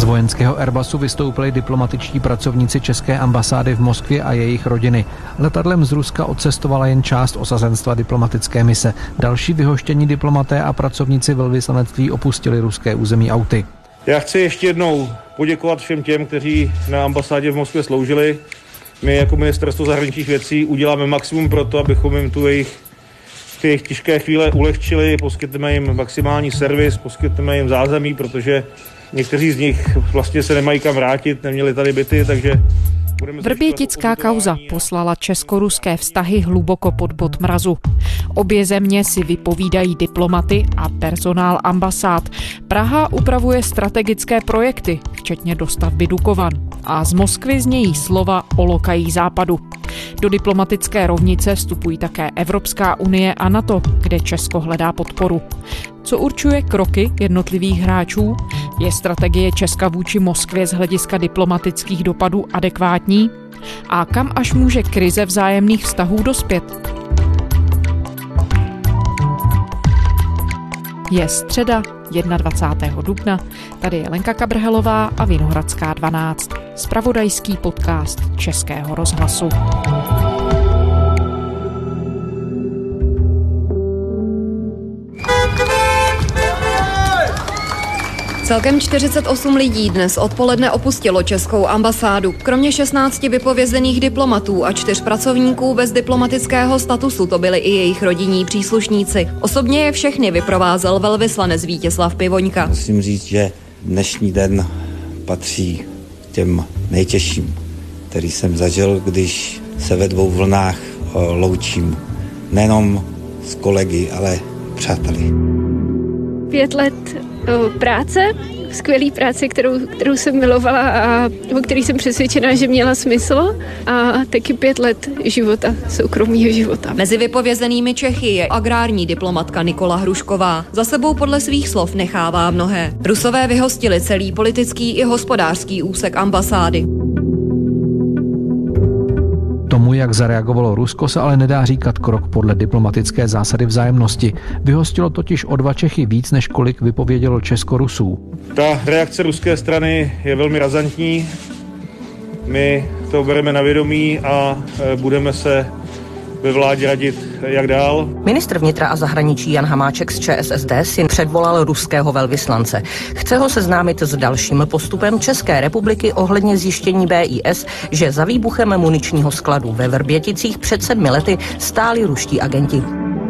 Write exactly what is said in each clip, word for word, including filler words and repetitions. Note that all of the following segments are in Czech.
vojenského Airbusu vystoupili diplomatičtí pracovníci české ambasády v Moskvě a jejich rodiny. Letadlem z Ruska odcestovala jen část osazenstva diplomatické mise. Další vyhoštění diplomaté a pracovníci velvyslanectví opustili ruské území auty. Já chci ještě jednou poděkovat všem těm, kteří na ambasádě v Moskvě sloužili. My jako ministerstvo zahraničních věcí uděláme maximum pro to, abychom jim tu jejich, ty jejich těžké chvíle ulehčili, poskytneme jim maximální servis, poskytneme jim zázemí, protože někteří z nich vlastně se nemají kam vrátit, neměli tady byty, takže... Vrbětická kauza poslala česko-ruské vztahy hluboko pod bod mrazu. Obě země si vypovídají diplomaty a personál ambasád. Praha upravuje strategické projekty, včetně dostavby Dukovan. A z Moskvy znějí slova o lokají západu. Do diplomatické rovnice vstupují také Evropská unie a NATO, kde Česko hledá podporu. Co určuje kroky jednotlivých hráčů? Je strategie Česka vůči Moskvě z hlediska diplomatických dopadů adekvátní? A kam až může krize vzájemných vztahů dospět? Je středa dvacátého prvního dubna, tady je Lenka Kabrhelová a Vinohradská dvanáct, zpravodajský podcast Českého rozhlasu. Celkem čtyřicet osm lidí dnes odpoledne opustilo českou ambasádu. Kromě šestnácti vypovězených diplomatů a čtyř pracovníků bez diplomatického statusu to byli i jejich rodinní příslušníci. Osobně je všechny vyprovázel velvyslanec Vítězslav Pivoňka. Musím říct, že dnešní den patří těm nejtěžším, který jsem zažil, když se ve dvou vlnách loučím nejenom s kolegy, ale přáteli. Pět let práce, skvělý práce, kterou, kterou jsem milovala a o který jsem přesvědčená, že měla smysl, a taky pět let života, soukromého života. Mezi vypovězenými Čechy je agrární diplomatka Nikola Hrušková. Za sebou podle svých slov nechává mnohé. Rusové vyhostili celý politický i hospodářský úsek ambasády. Tomu, jak zareagovalo Rusko, se ale nedá říkat krok podle diplomatické zásady vzájemnosti. Vyhostilo totiž o dva Čechy víc, než kolik vypovědělo Česko-Rusů. Ta reakce ruské strany je velmi razantní. My to bereme na vědomí a budeme se ve vládě radit, jak dál. Ministr vnitra a zahraničí Jan Hamáček z ČSSD si předvolal ruského velvyslance. Chce ho seznámit s dalším postupem České republiky ohledně zjištění B I S, že za výbuchem muničního skladu ve Vrběticích před sedmi lety stáli ruští agenti.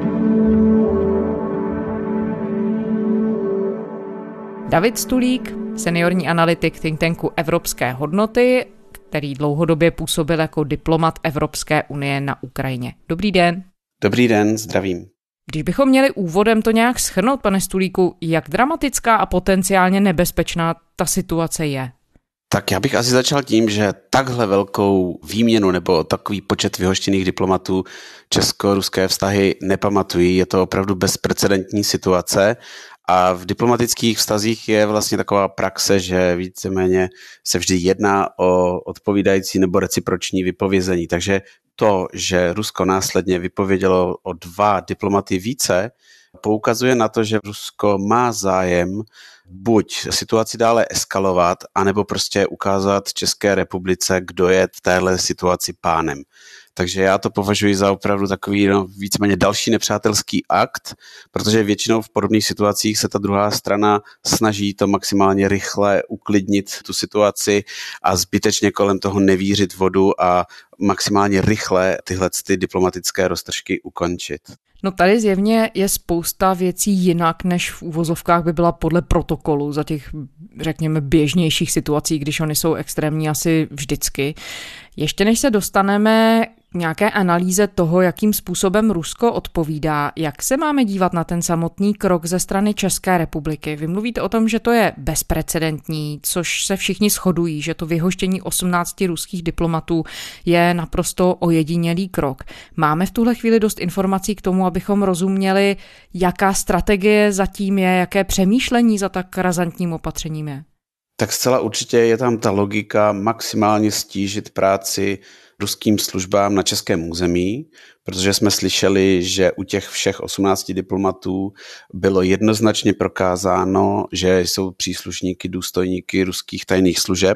David Stulík, seniorní analytik think tanku Evropské hodnoty, který dlouhodobě působil jako diplomat Evropské unie na Ukrajině. Dobrý den. Dobrý den, zdravím. Když bychom měli úvodem to nějak shrnout, pane Stulíku, jak dramatická a potenciálně nebezpečná ta situace je? Tak já bych asi začal tím, že takhle velkou výměnu nebo takový počet vyhoštěných diplomatů česko-ruské vztahy nepamatují. Je to opravdu bezprecedentní situace. A v diplomatických vztazích je vlastně taková praxe, že víceméně se vždy jedná o odpovídající nebo reciproční vypovězení. Takže to, že Rusko následně vypovědělo o dva diplomaty více, poukazuje na to, že Rusko má zájem buď situaci dále eskalovat, anebo prostě ukázat České republice, kdo je v téhle situaci pánem. Takže já to považuji za opravdu takový no, víceméně další nepřátelský akt, protože většinou v podobných situacích se ta druhá strana snaží to maximálně rychle uklidnit tu situaci a zbytečně kolem toho nevířit vodu a maximálně rychle tyhle ty diplomatické roztržky ukončit. No tady zjevně je spousta věcí jinak, než v úvozovkách by byla podle protokolu za těch, řekněme, běžnějších situací, když oni jsou extrémní asi vždycky. Ještě než se dostaneme k nějaké analýze toho, jakým způsobem Rusko odpovídá, jak se máme dívat na ten samotný krok ze strany České republiky. Vy mluvíte o tom, že to je bezprecedentní, což se všichni shodují, že to vyhoštění osmnácti ruských diplomatů je naprosto ojedinělý krok. Máme v tuhle chvíli dost informací k tomu, abychom rozuměli, jaká strategie zatím je, jaké přemýšlení za tak razantním opatřením je? Tak zcela určitě je tam ta logika maximálně stížit práci ruským službám na českém území, protože jsme slyšeli, že u těch všech osmnácti diplomatů bylo jednoznačně prokázáno, že jsou příslušníky, důstojníky ruských tajných služeb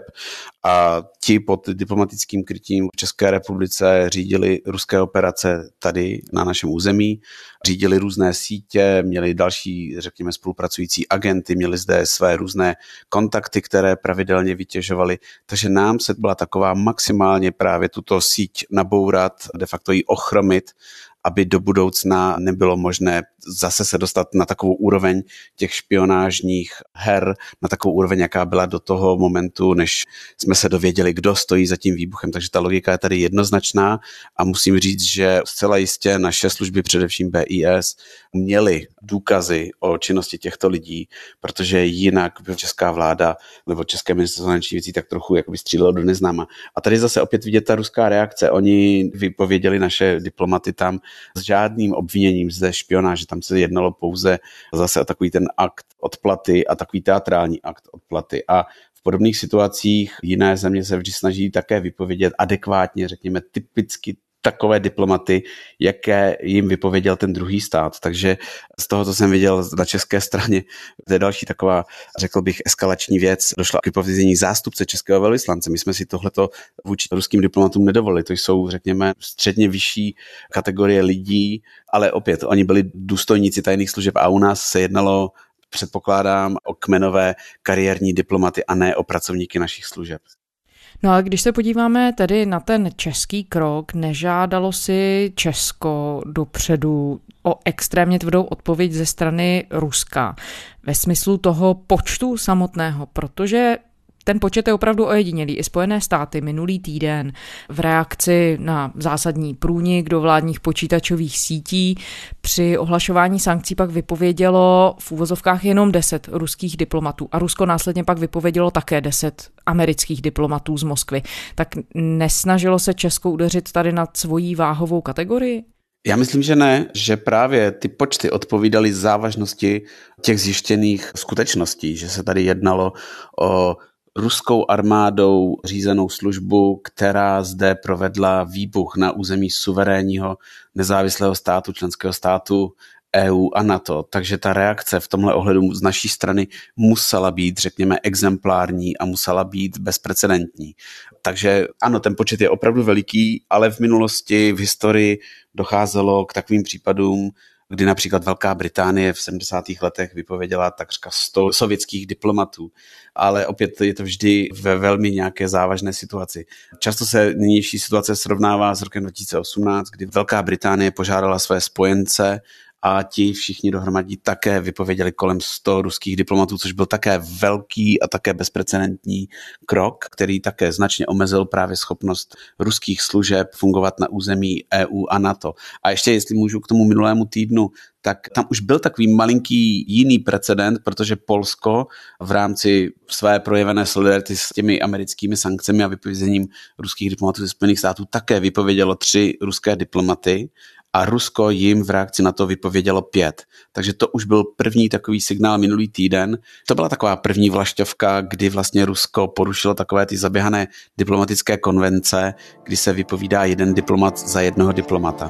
a ti pod diplomatickým krytím v České republice řídili ruské operace tady na našem území, řídili různé sítě, měli další, řekněme, spolupracující agenty, měli zde své různé kontakty, které pravidelně vytěžovali, takže nám se byla taková maximálně právě tuto síť nabourat, de facto ji ochromit, aby do budoucna nebylo možné zase se dostat na takovou úroveň těch špionážních her, na takovou úroveň, jaká byla do toho momentu, než jsme se dověděli, kdo stojí za tím výbuchem. Takže ta logika je tady jednoznačná a musím říct, že zcela jistě naše služby, především B I S, měly důkazy o činnosti těchto lidí, protože jinak by česká vláda nebo české ministerstvo zahraničních věcí tak trochu jakoby střílelo do neznáma. A tady zase opět vidět ta ruská reakce. Oni vypověděli naše diplomaty tam s žádným obviněním zde špionáže. Tam se jednalo pouze zase o takový ten akt odplaty a takový teatrální akt odplaty. A v podobných situacích jiné země se vždy snaží také vypovědět adekvátně, řekněme typicky takové diplomaty, jaké jim vypověděl ten druhý stát. Takže z toho, co jsem viděl na české straně, to je další taková, řekl bych, eskalační věc. Došlo k vypovězení zástupce českého velvyslance. My jsme si tohleto vůči ruským diplomatům nedovolili. To jsou, řekněme, středně vyšší kategorie lidí, ale opět, oni byli důstojníci tajných služeb a u nás se jednalo, předpokládám, o kmenové kariérní diplomaty a ne o pracovníky našich služeb. No a když se podíváme tedy na ten český krok, nežádalo si Česko dopředu o extrémně tvrdou odpověď ze strany Ruska ve smyslu toho počtu samotného, protože ten počet je opravdu ojedinělý. I Spojené státy minulý týden v reakci na zásadní průnik do vládních počítačových sítí při ohlašování sankcí pak vypovědělo v úvozovkách jenom deset ruských diplomatů a Rusko následně pak vypovědělo také deset amerických diplomatů z Moskvy. Tak nesnažilo se Česko udeřit tady nad svojí váhovou kategorii? Já myslím, že ne, že právě ty počty odpovídaly závažnosti těch zjištěných skutečností, že se tady jednalo o ruskou armádou řízenou službu, která zde provedla výbuch na území suverénního nezávislého státu, členského státu E U a NATO. Takže ta reakce v tomhle ohledu z naší strany musela být, řekněme, exemplární a musela být bezprecedentní. Takže ano, ten počet je opravdu veliký, ale v minulosti, v historii docházelo k takovým případům, kdy například Velká Británie v sedmdesátých letech vypověděla takřka sto sovětských diplomatů. Ale opět je to vždy ve velmi nějaké závažné situaci. Často se nynější situace srovnává s rokem dva tisíce osmnáct, kdy Velká Británie požádala své spojence a ti všichni dohromady také vypověděli kolem sto ruských diplomatů, což byl také velký a také bezprecedentní krok, který také značně omezil právě schopnost ruských služeb fungovat na území E U a NATO. A ještě, jestli můžu k tomu minulému týdnu, tak tam už byl takový malinký jiný precedent, protože Polsko v rámci své projevené solidarity s těmi americkými sankcemi a vypovězením ruských diplomatů ze Spojených států také vypovědělo tři ruské diplomaty a Rusko jim v reakci na to vypovědělo pět. Takže to už byl první takový signál minulý týden. To byla taková první vlašťovka, kdy vlastně Rusko porušilo takové ty zaběhané diplomatické konvence, kdy se vypovídá jeden diplomat za jednoho diplomata.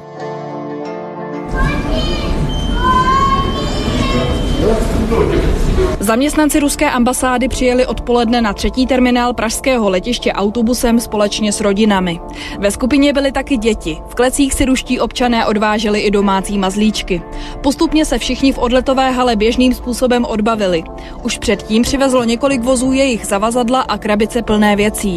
Zaměstnanci ruské ambasády přijeli odpoledne na třetí terminál pražského letiště autobusem společně s rodinami. Ve skupině byly taky děti. V klecích si ruští občané odváželi i domácí mazlíčky. Postupně se všichni v odletové hale běžným způsobem odbavili. Už předtím přivezlo několik vozů jejich zavazadla a krabice plné věcí.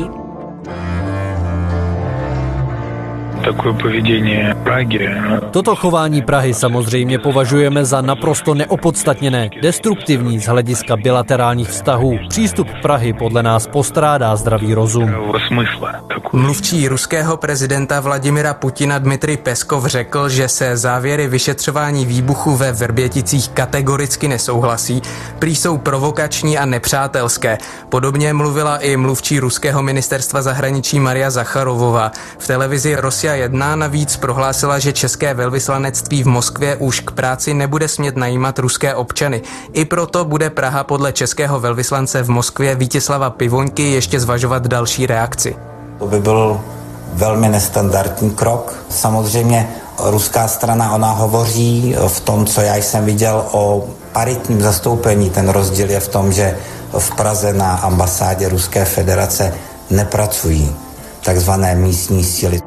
Toto chování Prahy samozřejmě považujeme za naprosto neopodstatněné, destruktivní z hlediska bilaterálních vztahů. Přístup Prahy podle nás postrádá zdravý rozum. Mluvčí ruského prezidenta Vladimira Putina Dmitrij Peskov řekl, že se závěry vyšetřování výbuchu ve Vrběticích kategoricky nesouhlasí, prý jsou provokační a nepřátelské. Podobně mluvila i mluvčí ruského ministerstva zahraničí Maria Zacharovová. V televizi Rosia jedna navíc prohlásila, že české velvyslanectví v Moskvě už k práci nebude smět najímat ruské občany. I proto bude Praha podle českého velvyslance v Moskvě Vítězslava Pivoňky ještě zvažovat další reakci. To by byl velmi nestandardní krok. Samozřejmě Ruská strana, ona hovoří v tom, co já jsem viděl, o paritním zastoupení. Ten rozdíl je v tom, že v Praze na ambasádě Ruské federace nepracují takzvané místní síly.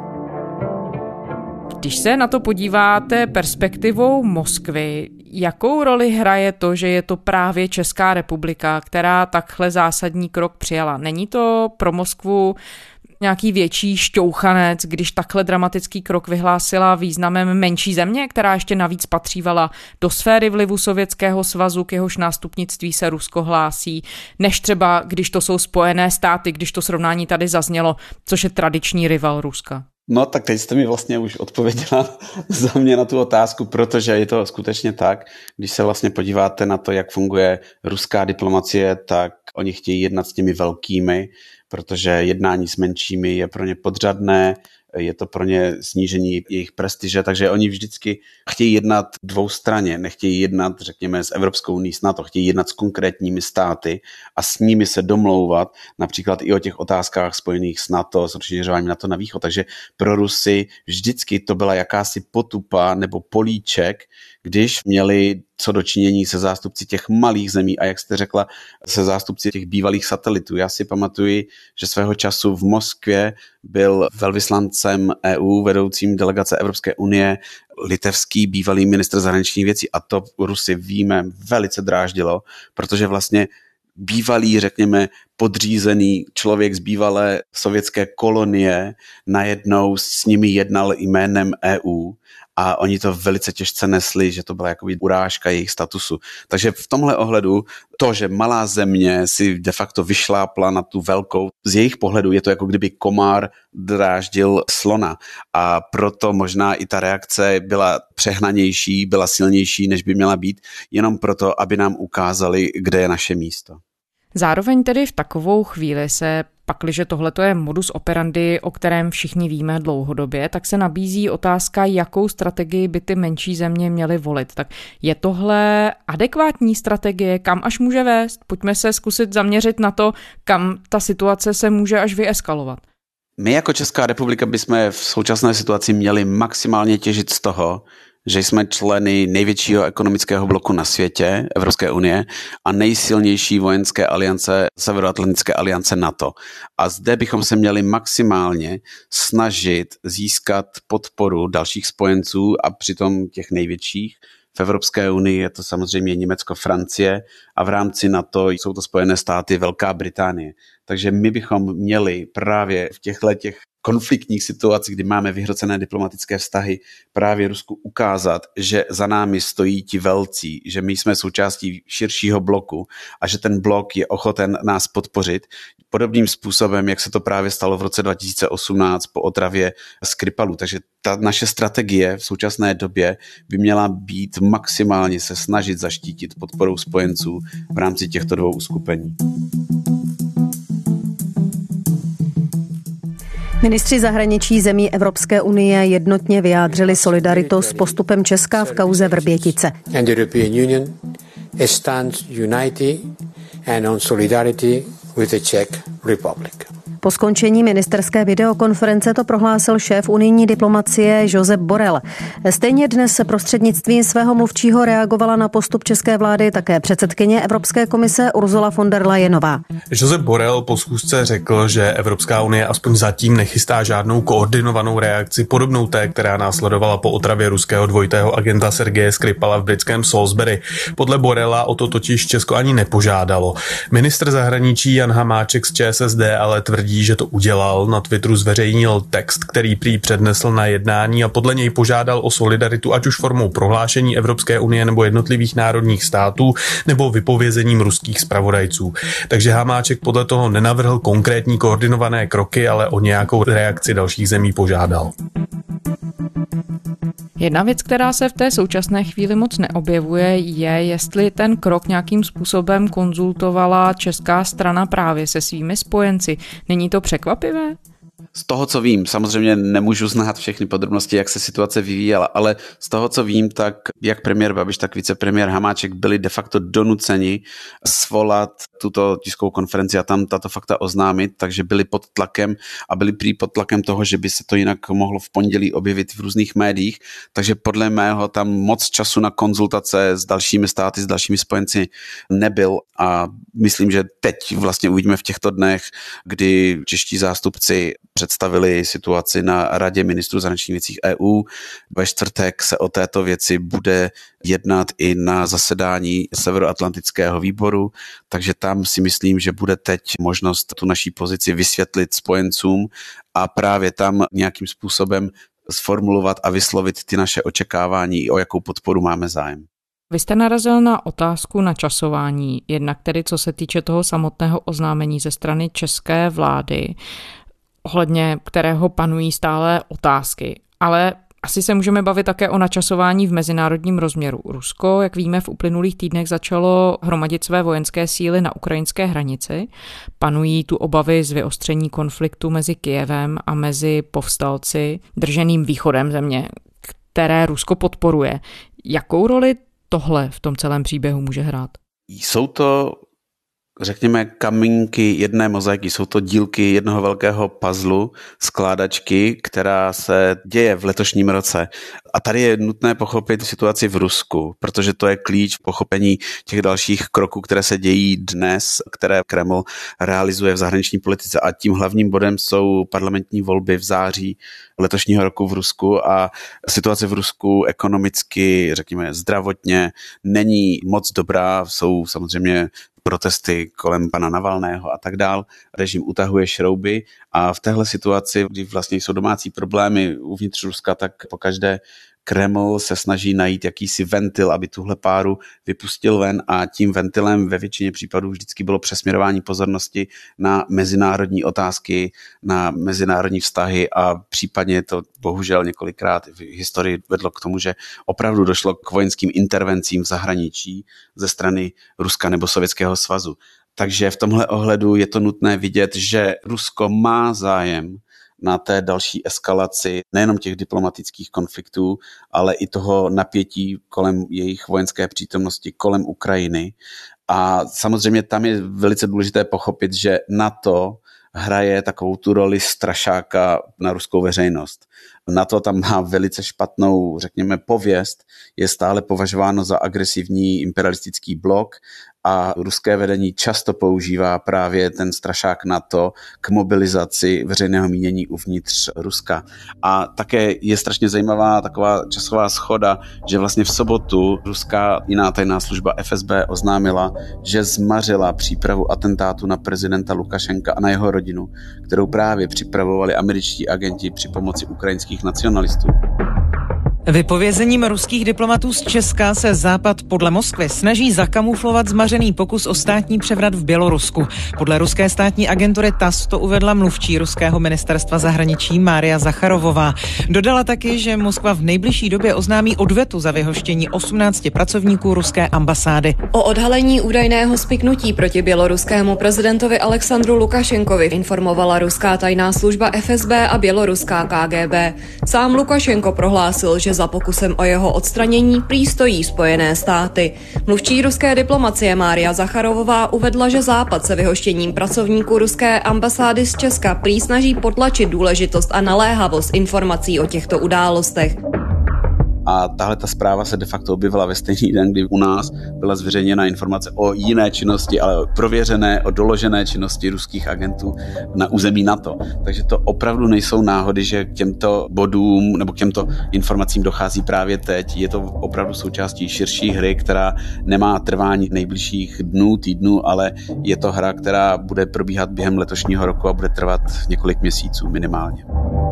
Když se na to podíváte perspektivou Moskvy, jakou roli hraje to, že je to právě Česká republika, která takhle zásadní krok přijala? Není to pro Moskvu nějaký větší šťouchanec, když takhle dramatický krok vyhlásila významem menší země, která ještě navíc patřívala do sféry vlivu Sovětského svazu, k jehož nástupnictví se Rusko hlásí, než třeba když to jsou Spojené státy, když to srovnání tady zaznělo, což je tradiční rival Ruska? No tak teď jste mi vlastně už odpověděla za mě na tu otázku, protože je to skutečně tak, když se vlastně podíváte na to, jak funguje ruská diplomacie, tak oni chtějí jednat s těmi velkými, protože jednání s menšími je pro ně podřadné, je to pro ně snížení jejich prestiže, takže oni vždycky chtějí jednat dvoustranně, nechtějí jednat, řekněme, s Evropskou unií, s NATO, chtějí jednat s konkrétními státy a s nimi se domlouvat, například i o těch otázkách spojených s NATO, s rozšiřováním NATO na východ. Takže pro Rusy vždycky to byla jakási potupa nebo políček, když měli co dočinění se zástupci těch malých zemí a jak jste řekla, se zástupci těch bývalých satelitů. Já si pamatuji, že svého času v Moskvě byl velvyslancem E U, vedoucím delegace Evropské unie, litevský bývalý ministr zahraničních věcí a to Rusy víme velice dráždilo, protože vlastně bývalý, řekněme, podřízený člověk z bývalé sovětské kolonie najednou s nimi jednal jménem E U a oni to velice těžce nesli, že to byla jakoby urážka jejich statusu. Takže v tomhle ohledu to, že malá země si de facto vyšlápla na tu velkou, z jejich pohledu je to jako kdyby komár dráždil slona a proto možná i ta reakce byla přehnanější, byla silnější, než by měla být, jenom proto, aby nám ukázali, kde je naše místo. Zároveň tedy v takovou chvíli se, pakliže tohleto je modus operandi, o kterém všichni víme dlouhodobě, tak se nabízí otázka, jakou strategii by ty menší země měly volit. Tak je tohle adekvátní strategie, kam až může vést? Pojďme se zkusit zaměřit na to, kam ta situace se může až vyeskalovat. My jako Česká republika bychom v současné situaci měli maximálně těžit z toho, že jsme členy největšího ekonomického bloku na světě, Evropské unie, a nejsilnější vojenské aliance, Severoatlantické aliance NATO. A zde bychom se měli maximálně snažit získat podporu dalších spojenců a přitom těch největších. V Evropské unii je to samozřejmě Německo, Francie a v rámci NATO jsou to Spojené státy, Velká Británie. Takže my bychom měli právě v těchto těch konfliktních situacích, kdy máme vyhrocené diplomatické vztahy, právě Rusku ukázat, že za námi stojí ti velcí, že my jsme součástí širšího bloku a že ten blok je ochoten nás podpořit podobným způsobem, jak se to právě stalo v roce dva tisíce osmnáct po otravě Skripalu. Takže ta naše strategie v současné době by měla být maximálně se snažit zaštítit podporou spojenců v rámci těchto dvou uskupení. Ministři zahraničí zemí Evropské unie jednotně vyjádřili solidaritu s postupem Česka v kauze Vrbětice. And the European Union stands united and on solidarity with the Czech Republic. Po skončení ministerské videokonference to prohlásil šéf unijní diplomacie Josep Borrell. Stejně dnes se prostřednictvím svého mluvčího reagovala na postup české vlády také předsedkyně Evropské komise Ursula von der Leyenová. Josep Borrell po schůzce řekl, že Evropská unie aspoň zatím nechystá žádnou koordinovanou reakci podobnou té, která následovala po otravě ruského dvojitého agenta Sergeje Skripala v britském Salisbury. Podle Borrella o to totiž Česko ani nepožádalo. Ministr zahraničí Jan Hamáček z ČSSD ale tvrdí, že to udělal. Na Twitteru zveřejnil text, který prý přednesl na jednání a podle něj požádal o solidaritu ať už formou prohlášení Evropské unie nebo jednotlivých národních států nebo vypovězením ruských zpravodajců. Takže Hamáček podle toho nenavrhl konkrétní koordinované kroky, ale o nějakou reakci dalších zemí požádal. Jedna věc, která se v té současné chvíli moc neobjevuje, je, jestli ten krok nějakým způsobem konzultovala česká strana právě se svými spojenci. Není to překvapivé? Z toho, co vím, samozřejmě nemůžu znát všechny podrobnosti, jak se situace vyvíjela, ale z toho, co vím, tak jak premiér Babiš, tak vicepremiér Hamáček byli de facto donuceni svolat tuto tiskovou konferenci a tam tato fakta oznámit, takže byli pod tlakem a byli prý pod tlakem toho, že by se to jinak mohlo v pondělí objevit v různých médiích, takže podle mého tam moc času na konzultace s dalšími státy, s dalšími spojenci nebyl a myslím, že teď vlastně uvidíme v těchto dnech, kdy čeští zástupci představili situaci na Radě ministrů zahraničních věcí E U. Ve čtvrtek se o této věci bude jednat i na zasedání Severoatlantického výboru, takže tam si myslím, že bude teď možnost tu naší pozici vysvětlit spojencům a právě tam nějakým způsobem sformulovat a vyslovit ty naše očekávání, o jakou podporu máme zájem. Vy jste narazil na otázku načasování, jednak tedy co se týče toho samotného oznámení ze strany české vlády, ohledně kterého panují stále otázky, ale asi se můžeme bavit také o načasování v mezinárodním rozměru. Rusko, jak víme, v uplynulých týdnech začalo hromadit své vojenské síly na ukrajinské hranici. Panují tu obavy z vyostření konfliktu mezi Kyjevem a mezi povstalci drženým východem země, které Rusko podporuje. Jakou roli tohle v tom celém příběhu může hrát? Jsou to, řekněme, kamínky jedné mozaiky, jsou to dílky jednoho velkého puzzlu, skládačky, která se děje v letošním roce. A tady je nutné pochopit situaci v Rusku, protože to je klíč v pochopení těch dalších kroků, které se dějí dnes, které Kreml realizuje v zahraniční politice. A tím hlavním bodem jsou parlamentní volby v září letošního roku v Rusku a situace v Rusku ekonomicky, řekněme, zdravotně není moc dobrá. Jsou samozřejmě protesty kolem pana Navalného a tak dál. Režim utahuje šrouby a v téhle situaci, kdy vlastně jsou domácí problémy uvnitř Ruska, tak pokaždé Kreml se snaží najít jakýsi ventil, aby tuhle páru vypustil ven a tím ventilem ve většině případů vždycky bylo přesměrování pozornosti na mezinárodní otázky, na mezinárodní vztahy a případně to bohužel několikrát v historii vedlo k tomu, že opravdu došlo k vojenským intervencím v zahraničí ze strany Ruska nebo Sovětského svazu. Takže v tomhle ohledu je to nutné vidět, že Rusko má zájem na té další eskalaci nejenom těch diplomatických konfliktů, ale i toho napětí kolem jejich vojenské přítomnosti, kolem Ukrajiny. A samozřejmě tam je velice důležité pochopit, že NATO hraje takovou tu roli strašáka na ruskou veřejnost. NATO tam má velice špatnou, řekněme, pověst, je stále považováno za agresivní imperialistický blok a ruské vedení často používá právě ten strašák NATO k mobilizaci veřejného mínění uvnitř Ruska. A také je strašně zajímavá taková časová shoda, že vlastně v sobotu ruská jiná tajná služba F S B oznámila, že zmařila přípravu atentátu na prezidenta Lukašenka a na jeho rodinu, kterou právě připravovali američtí agenti při pomoci ukrajinských nacionalistů. Vypovězením ruských diplomatů z Česka se Západ podle Moskvy snaží zakamuflovat zmařený pokus o státní převrat v Bělorusku. Podle ruské státní agentury T A S S to uvedla mluvčí ruského ministerstva zahraničí Mária Zacharovová. Dodala taky, že Moskva v nejbližší době oznámí odvetu za vyhoštění osmnácti pracovníků ruské ambasády. O odhalení údajného spiknutí proti běloruskému prezidentovi Alexandru Lukašenkovi informovala ruská tajná služba F S B a běloruská K G B. Sám Lukašenko prohlásil, že za pokusem o jeho odstranění prý stojí Spojené státy. Mluvčí ruské diplomacie Mária Zacharovová uvedla, že Západ se vyhoštěním pracovníků ruské ambasády z Česka prý snaží potlačit důležitost a naléhavost informací o těchto událostech. A tahle ta zpráva se de facto objevila ve stejný den, kdy u nás byla zveřejněna informace o jiné činnosti, ale prověřené, o doložené činnosti ruských agentů na území NATO. Takže to opravdu nejsou náhody, že k těmto bodům nebo k těmto informacím dochází právě teď. Je to opravdu součástí širší hry, která nemá trvání nejbližších dnů, týdnů, ale je to hra, která bude probíhat během letošního roku a bude trvat několik měsíců minimálně.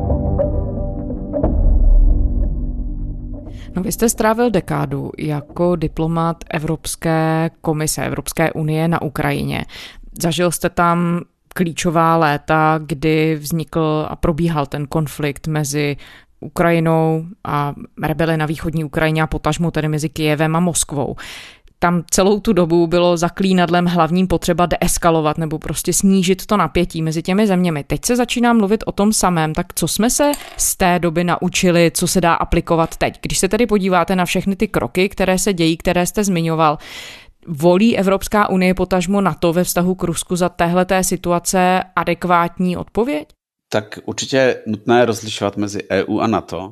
No, vy jste strávil dekádu jako diplomat Evropské komise, Evropské unie na Ukrajině. Zažil jste tam klíčová léta, kdy vznikl a probíhal ten konflikt mezi Ukrajinou a rebely na východní Ukrajině a potažmu tedy mezi Kyjevem a Moskvou. tam celou tu dobu bylo zaklínadlem hlavním potřeba deeskalovat nebo prostě snížit to napětí mezi těmi zeměmi. Teď se začíná mluvit o tom samém, tak co jsme se z té doby naučili, co se dá aplikovat teď? Když se tedy podíváte na všechny ty kroky, které se dějí, které jste zmiňoval, volí Evropská unie potažmo NATO ve vztahu k Rusku za téhleté situace adekvátní odpověď? Tak určitě je nutné rozlišovat mezi E U a NATO.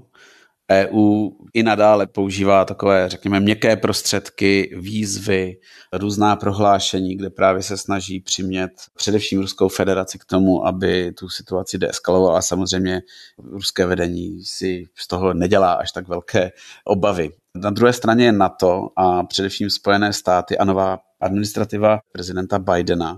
E U i nadále používá takové, řekněme, měkké prostředky, výzvy, různá prohlášení, kde právě se snaží přimět především Ruskou federaci k tomu, aby tu situaci deeskalovala. Samozřejmě ruské vedení si z toho nedělá až tak velké obavy. Na druhé straně je NATO a především Spojené státy a nová administrativa prezidenta Bidena,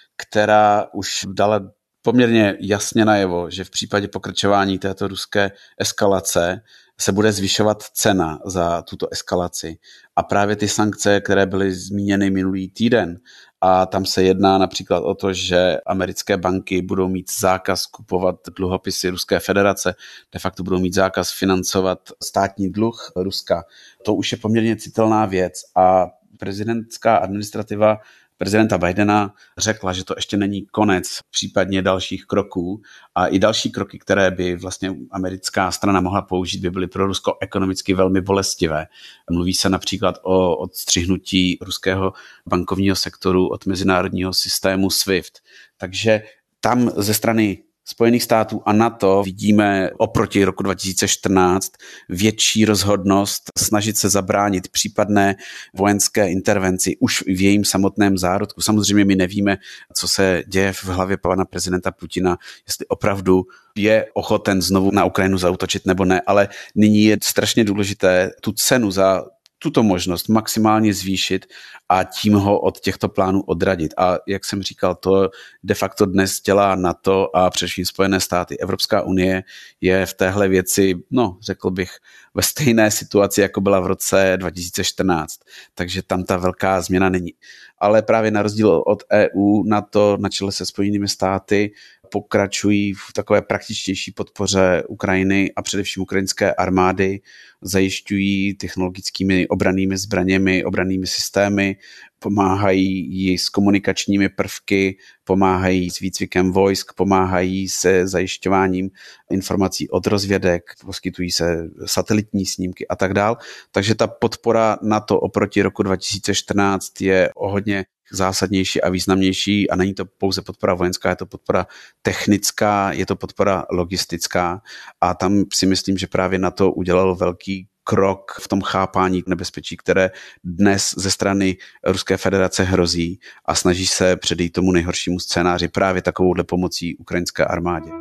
která už dala poměrně jasně najevo, že v případě pokračování této ruské eskalace se bude zvyšovat cena za tuto eskalaci. A právě ty sankce, které byly zmíněny minulý týden, a tam se jedná například o to, že americké banky budou mít zákaz kupovat dluhopisy Ruské federace, de facto budou mít zákaz financovat státní dluh Ruska. To už je poměrně citelná věc a prezidentská administrativa prezidenta Bidena řekla, že to ještě není konec případně dalších kroků a i další kroky, které by vlastně americká strana mohla použít, by byly pro Rusko ekonomicky velmi bolestivé. Mluví se například o odstřihnutí ruského bankovního sektoru od mezinárodního systému SWIFT. Takže tam ze strany Spojených států a NATO vidíme oproti roku dva tisíce čtrnáct větší rozhodnost snažit se zabránit případné vojenské intervenci už v jejím samotném zárodku. Samozřejmě my nevíme, co se děje v hlavě pana prezidenta Putina, jestli opravdu je ochoten znovu na Ukrajinu zaútočit nebo ne, ale nyní je strašně důležité tu cenu za tuto možnost maximálně zvýšit a tím ho od těchto plánů odradit. A jak jsem říkal, to de facto dnes dělá NATO a především Spojené státy. Evropská unie je v téhle věci, no řekl bych, ve stejné situaci, jako byla v roce dva tisíce čtrnáct. Takže tam ta velká změna není. Ale právě na rozdíl od E U, NATO na čele se Spojenými státy pokračují v takové praktičtější podpoře Ukrajiny a především ukrajinské armády, zajišťují technologickými obrannými zbraněmi, obrannými systémy, pomáhají jí s komunikačními prvky, pomáhají s výcvikem vojsk, pomáhají se zajišťováním informací od rozvědek, poskytují se satelitní snímky a tak dál. Takže ta podpora NATO oproti roku dva tisíce čtrnáct je o hodně zásadnější a významnější a není to pouze podpora vojenská, je to podpora technická, je to podpora logistická a tam si myslím, že právě NATO udělalo velký krok v tom chápání nebezpečí, které dnes ze strany Ruské federace hrozí a snaží se předejít tomu nejhoršímu scénáři právě takovouhle pomocí ukrajinské armádě.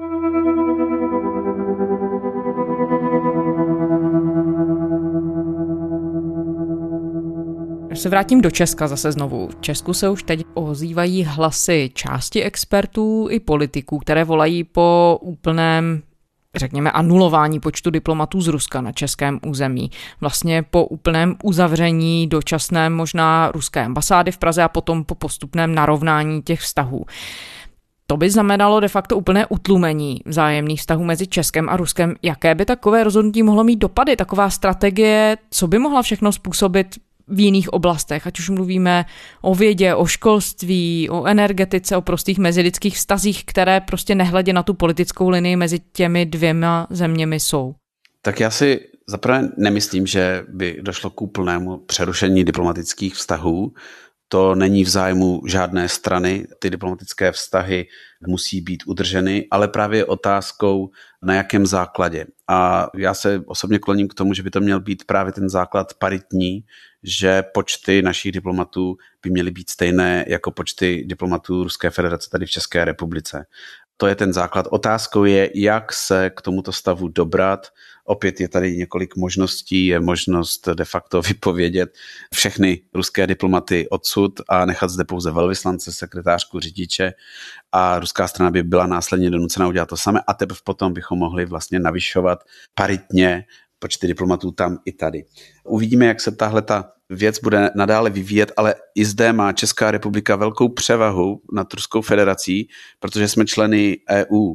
Se vrátím do Česka zase znovu. V Česku se už teď ozývají hlasy části expertů i politiků, které volají po úplném, řekněme, anulování počtu diplomatů z Ruska na českém území. Vlastně po úplném uzavření dočasném možná ruské ambasády v Praze a potom po postupném narovnání těch vztahů. To by znamenalo de facto úplné utlumení vzájemných vztahů mezi Českem a Ruskem. Jaké by takové rozhodnutí mohlo mít dopady? Taková strategie, co by mohla všechno způsobit v jiných oblastech, ať už mluvíme o vědě, o školství, o energetice, o prostých mezilidských vztazích, které prostě nehledě na tu politickou linii mezi těmi dvěma zeměmi jsou. Tak já si zaprvé nemyslím, že by došlo k úplnému přerušení diplomatických vztahů. To není v zájmu žádné strany, ty diplomatické vztahy musí být udrženy, ale právě otázkou, na jakém základě. A já se osobně kloním k tomu, že by to měl být právě ten základ paritní, že počty našich diplomatů by měly být stejné jako počty diplomatů Ruské federace tady v České republice. To je ten základ. Otázkou je, jak se k tomuto stavu dobrat. Opět je tady několik možností, je možnost de facto vypovědět všechny ruské diplomaty odsud a nechat zde pouze velvyslance, sekretářku, řidiče a ruská strana by byla následně donucena udělat to samé a teprve potom bychom mohli vlastně navyšovat paritně počty diplomatů tam i tady. Uvidíme, jak se tahle ta věc bude nadále vyvíjet, ale i zde má Česká republika velkou převahu nad Ruskou federací, protože jsme členy E U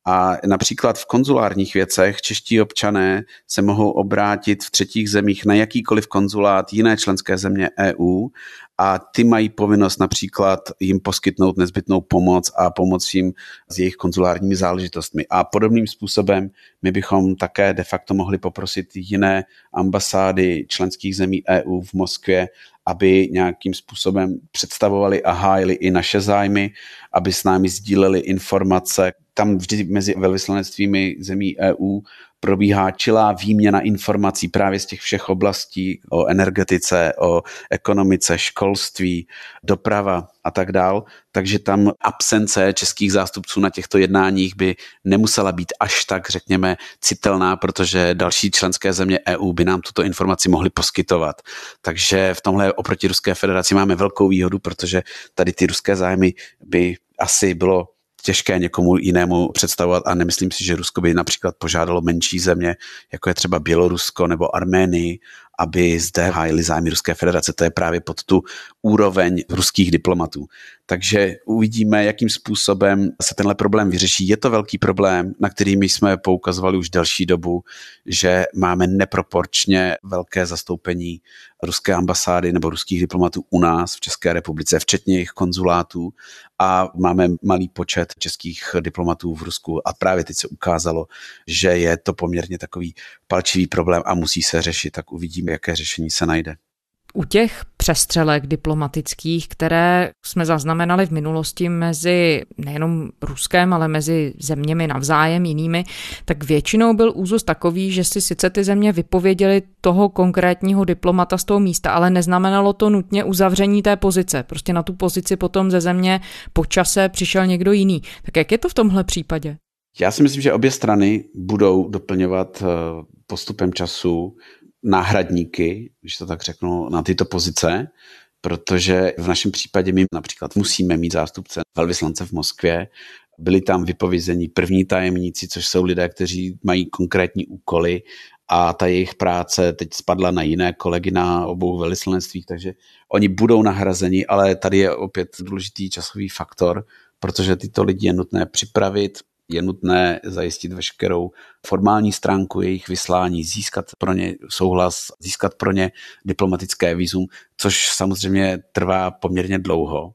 A například v konzulárních věcech čeští občané se mohou obrátit v třetích zemích na jakýkoliv konzulát jiné členské země E U a ty mají povinnost například jim poskytnout nezbytnou pomoc a pomoct jim s jejich konzulárními záležitostmi. A podobným způsobem my bychom také de facto mohli poprosit jiné ambasády členských zemí E U v Moskvě, aby nějakým způsobem představovali a hájili i naše zájmy, aby s námi sdíleli informace. Tam vždy mezi velvyslanectvími zemí E U probíhá čilá výměna informací právě z těch všech oblastí o energetice, o ekonomice, školství, doprava a tak dál. Takže tam absence českých zástupců na těchto jednáních by nemusela být až tak, řekněme, citelná, protože další členské země E U by nám tuto informaci mohly poskytovat. Takže v tomhle oproti Ruské federaci máme velkou výhodu, protože tady ty ruské zájmy by asi bylo těžké někomu jinému představovat a nemyslím si, že Rusko by například požádalo menší země, jako je třeba Bělorusko nebo Arménii, aby zde hájili zájmy Ruské federace. To je právě pod tu úroveň ruských diplomatů. Takže uvidíme, jakým způsobem se tenhle problém vyřeší. Je to velký problém, na který my jsme poukazovali už delší dobu, že máme neproporčně velké zastoupení ruské ambasády nebo ruských diplomatů u nás v České republice, včetně jejich konzulátů, a máme malý počet českých diplomatů v Rusku a právě teď se ukázalo, že je to poměrně takový palčivý problém a musí se řešit, tak uvidíme, jaké řešení se najde. U těch přestřelek diplomatických, které jsme zaznamenali v minulosti mezi nejenom Ruskem, ale mezi zeměmi navzájem jinými, tak většinou byl úzus takový, že si sice ty země vypověděly toho konkrétního diplomata z toho místa, ale neznamenalo to nutně uzavření té pozice. Prostě na tu pozici potom ze země po čase přišel někdo jiný. Tak jak je to v tomhle případě? Já si myslím, že obě strany budou doplňovat postupem času náhradníky, když to tak řeknu, na tyto pozice, protože v našem případě my například musíme mít zástupce velvyslance v Moskvě. Byli tam vypovězení první tajemníci, což jsou lidé, kteří mají konkrétní úkoly a ta jejich práce teď spadla na jiné kolegy na obou velvyslanectvích, takže oni budou nahrazeni, ale tady je opět důležitý časový faktor, protože tyto lidi je nutné připravit, je nutné zajistit veškerou formální stránku jejich vyslání, získat pro ně souhlas, získat pro ně diplomatické vízum, což samozřejmě trvá poměrně dlouho.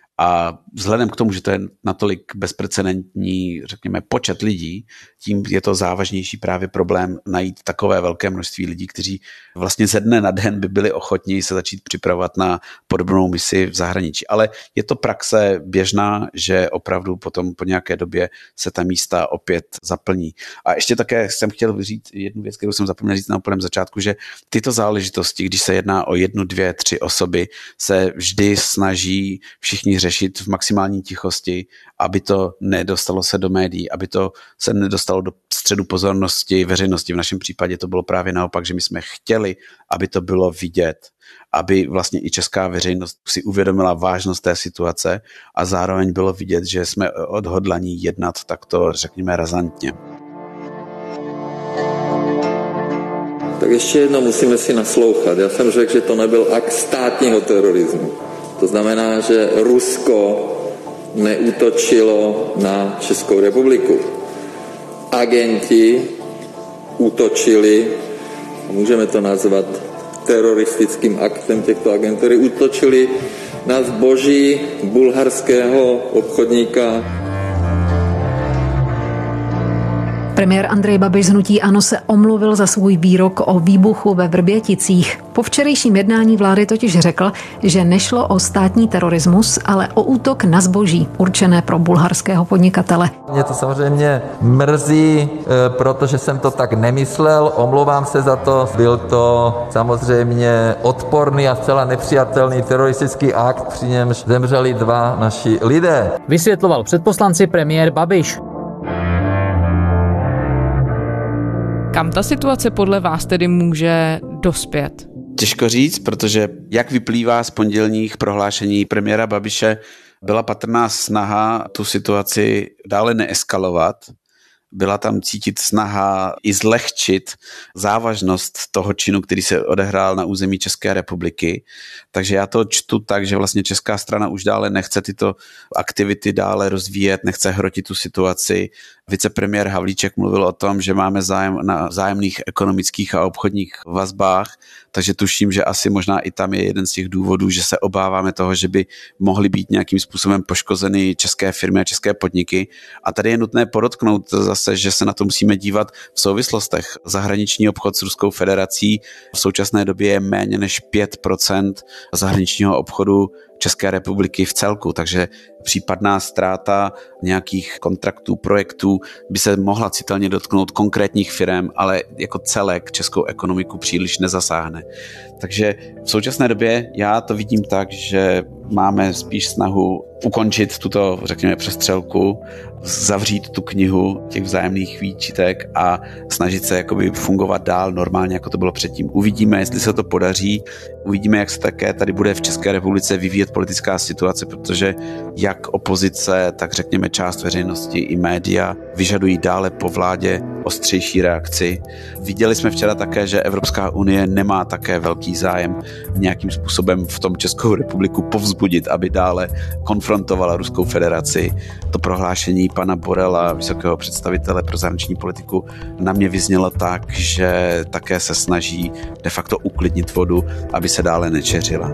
A vzhledem k tomu, že to je natolik bezprecedentní, řekněme, počet lidí, tím je to závažnější právě problém najít takové velké množství lidí, kteří vlastně ze dne na den by byli ochotní se začít připravovat na podobnou misi v zahraničí. Ale je to praxe běžná, že opravdu potom po nějaké době se ta místa opět zaplní. A ještě také jsem chtěl říct jednu věc, kterou jsem zapomněl říct na úplném začátku, že tyto záležitosti, když se jedná o jednu, dvě, tři osoby, se vždy snaží všichni řešit v maximální tichosti, aby to nedostalo se do médií, aby to se nedostalo do středu pozornosti veřejnosti. V našem případě to bylo právě naopak, že my jsme chtěli, aby to bylo vidět, aby vlastně i česká veřejnost si uvědomila vážnost té situace a zároveň bylo vidět, že jsme odhodlaní jednat takto, řekněme, razantně. Tak ještě jednou musíme si naslouchat. Já jsem řekl, že to nebyl akt státního terorismu. To znamená, že Rusko neútočilo na Českou republiku. Agenti útočili, můžeme to nazvat teroristickým aktem těchto agentů, útočili na zboží bulharského obchodníka. Premiér Andrej Babiš z hnutí ANO se omluvil za svůj výrok o výbuchu ve Vrběticích. Po včerejším jednání vlády totiž řekl, že nešlo o státní terorismus, ale o útok na zboží určené pro bulharského podnikatele. Mě to samozřejmě mrzí, protože jsem to tak nemyslel, omlouvám se za to. Byl to samozřejmě odporný a zcela nepřijatelný teroristický akt, při němž zemřeli dva naši lidé. Vysvětloval před poslanci premiér Babiš. Kam ta situace podle vás tedy může dospět? Těžko říct, protože jak vyplývá z pondělních prohlášení premiéra Babiše, byla patrná snaha tu situaci dále neeskalovat. Byla tam cítit snaha i zlehčit závažnost toho činu, který se odehrál na území České republiky. Takže já to čtu tak, že vlastně česká strana už dále nechce tyto aktivity dále rozvíjet, nechce hrotit tu situaci, Vicepremiér Havlíček mluvil o tom, že máme zájem na vzájemných ekonomických a obchodních vazbách, takže tuším, že asi možná i tam je jeden z těch důvodů, že se obáváme toho, že by mohly být nějakým způsobem poškozeny české firmy a české podniky. A tady je nutné podotknout zase, že se na to musíme dívat v souvislostech. Zahraniční obchod s Ruskou federací v současné době je méně než pět procent zahraničního obchodu České republiky v celku, takže případná ztráta nějakých kontraktů, projektů by se mohla citelně dotknout konkrétních firem, ale jako celek českou ekonomiku příliš nezasáhne. Takže v současné době já to vidím tak, že máme spíš snahu ukončit tuto, řekněme, přestřelku, zavřít tu knihu těch vzájemných výčitek a snažit se jakoby fungovat dál normálně, jako to bylo předtím. Uvidíme, jestli se to podaří, uvidíme, jak se také tady bude v České republice vyvíjet politická situace, protože jak opozice, tak řekněme část veřejnosti i média vyžadují dále po vládě ostřejší reakci. Viděli jsme včera také, že Evropská unie nemá také velký zájem nějakým způsobem v tom Českou republiku povzbudit, aby dále konfrontovala Ruskou federaci. To prohlášení pana Borrella, vysokého představitele pro zahraniční politiku, na mě vyznělo tak, že také se snaží de facto uklidnit vodu, aby se dále nečeřila.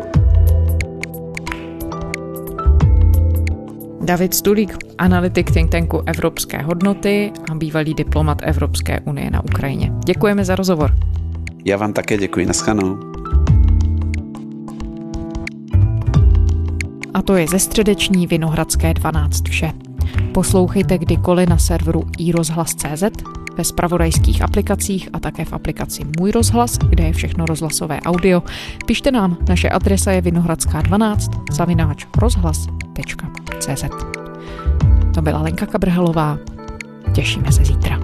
David Stulík, analytik think tanku Evropské hodnoty a bývalý diplomat Evropské unie na Ukrajině. Děkujeme za rozhovor. Já vám také děkuji, naschledanou. A to je ze středeční Vinohradské dvanáct vše. Poslouchejte kdykoliv na serveru i rozhlas tečka cé zet, ve zpravodajských aplikacích a také v aplikaci Můj rozhlas, kde je všechno rozhlasové audio. Pište nám, naše adresa je vinohradská dvanáct zavináč rozhlas tečka cé zet. To byla Lenka Kabrhelová. Těšíme se zítra.